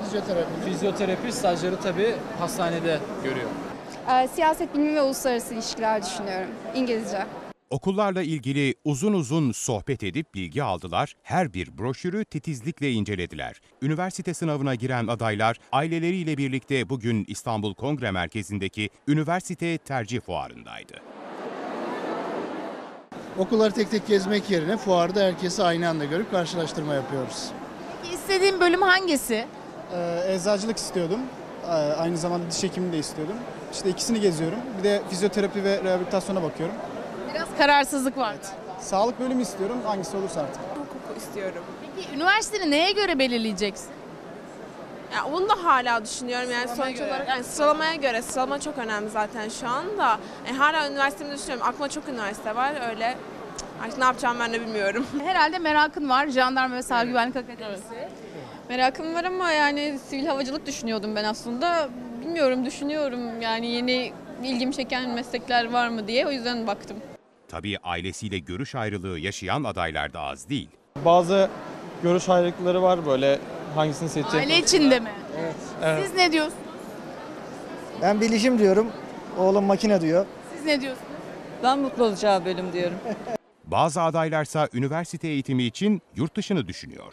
fizyoterapi. Fizyoterapi stajları tabii hastanede görüyor. Siyaset bilimi ve uluslararası ilişkiler düşünüyorum. İngilizce. Okullarla ilgili uzun uzun sohbet edip bilgi aldılar, her bir broşürü titizlikle incelediler. Üniversite sınavına giren adaylar aileleriyle birlikte bugün İstanbul Kongre Merkezi'ndeki Üniversite Tercih Fuarı'ndaydı. Okulları tek tek gezmek yerine fuarda herkesi aynı anda görüp karşılaştırma yapıyoruz. Peki istediğin bölüm hangisi? Eczacılık istiyordum. Aynı zamanda diş hekimliği de istiyordum. İşte ikisini geziyorum. Bir de fizyoterapi ve rehabilitasyona bakıyorum. Biraz kararsızlık var. Sağlık bölümü istiyorum. Hangisi olursa artık. Hukuk istiyorum. Peki üniversiteni neye göre belirleyeceksin? Ya onu da hala düşünüyorum yani sonuç olarak yani sıralamaya göre sıralama çok önemli zaten şu anda. Hala üniversitemi düşünüyorum. Aklıma çok üniversite var öyle. Artık ne yapacağım ben de bilmiyorum. Herhalde merakın var. Jandarma ve Sahil Güvenlik Akademisi. Merakım var ama yani sivil havacılık düşünüyordum ben aslında. Bilmiyorum, düşünüyorum yani yeni ilgimi çeken meslekler var mı diye, o yüzden baktım. Tabii ailesiyle görüş ayrılığı yaşayan adaylar da az değil. Bazı görüş ayrılıkları var böyle hangisini seçecek? Aile içinde mi? Evet. Siz ne diyorsunuz? Ben bilişim diyorum, oğlum makine diyor. Siz ne diyorsunuz? Ben mutlu olacağı bölüm diyorum. Bazı adaylarsa üniversite eğitimi için yurt dışını düşünüyor.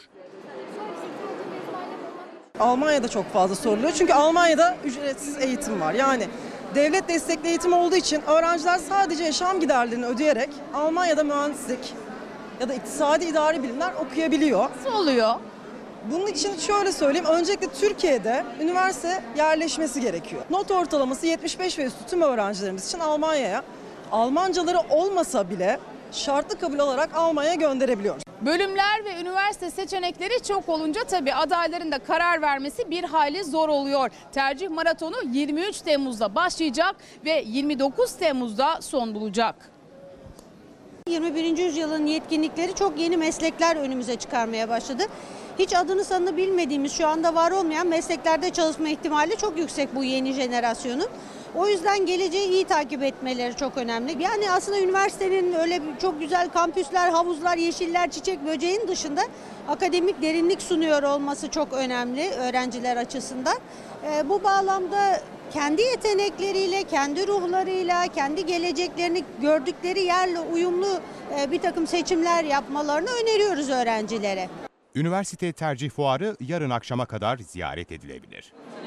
Almanya'da çok fazla soruluyor çünkü Almanya'da ücretsiz eğitim var. Yani devlet destekli eğitim olduğu için öğrenciler sadece yaşam giderlerini ödeyerek Almanya'da mühendislik ya da iktisadi idari bilimler okuyabiliyor. Nasıl oluyor? Bunun için şöyle söyleyeyim, öncelikle Türkiye'de üniversite yerleşmesi gerekiyor. Not ortalaması 75 ve üstü tüm öğrencilerimiz için Almanya'ya, Almancaları olmasa bile şartlı kabul olarak Almanya'ya gönderebiliyoruz. Bölümler ve üniversite seçenekleri çok olunca tabii adayların da karar vermesi bir hayli zor oluyor. Tercih maratonu 23 Temmuz'da başlayacak ve 29 Temmuz'da son bulacak. 21. yüzyılın yetkinlikleri çok yeni meslekler önümüze çıkarmaya başladı. Hiç adını sanını bilmediğimiz, şu anda var olmayan mesleklerde çalışma ihtimali çok yüksek bu yeni jenerasyonun. O yüzden geleceği iyi takip etmeleri çok önemli. Yani aslında üniversitenin öyle çok güzel kampüsler, havuzlar, yeşiller, çiçek, böceğin dışında akademik derinlik sunuyor olması çok önemli öğrenciler açısından. Bu bağlamda kendi yetenekleriyle, kendi ruhlarıyla, kendi geleceklerini gördükleri yerle uyumlu bir takım seçimler yapmalarını öneriyoruz öğrencilere. Üniversite Tercih Fuarı yarın akşama kadar ziyaret edilebilir.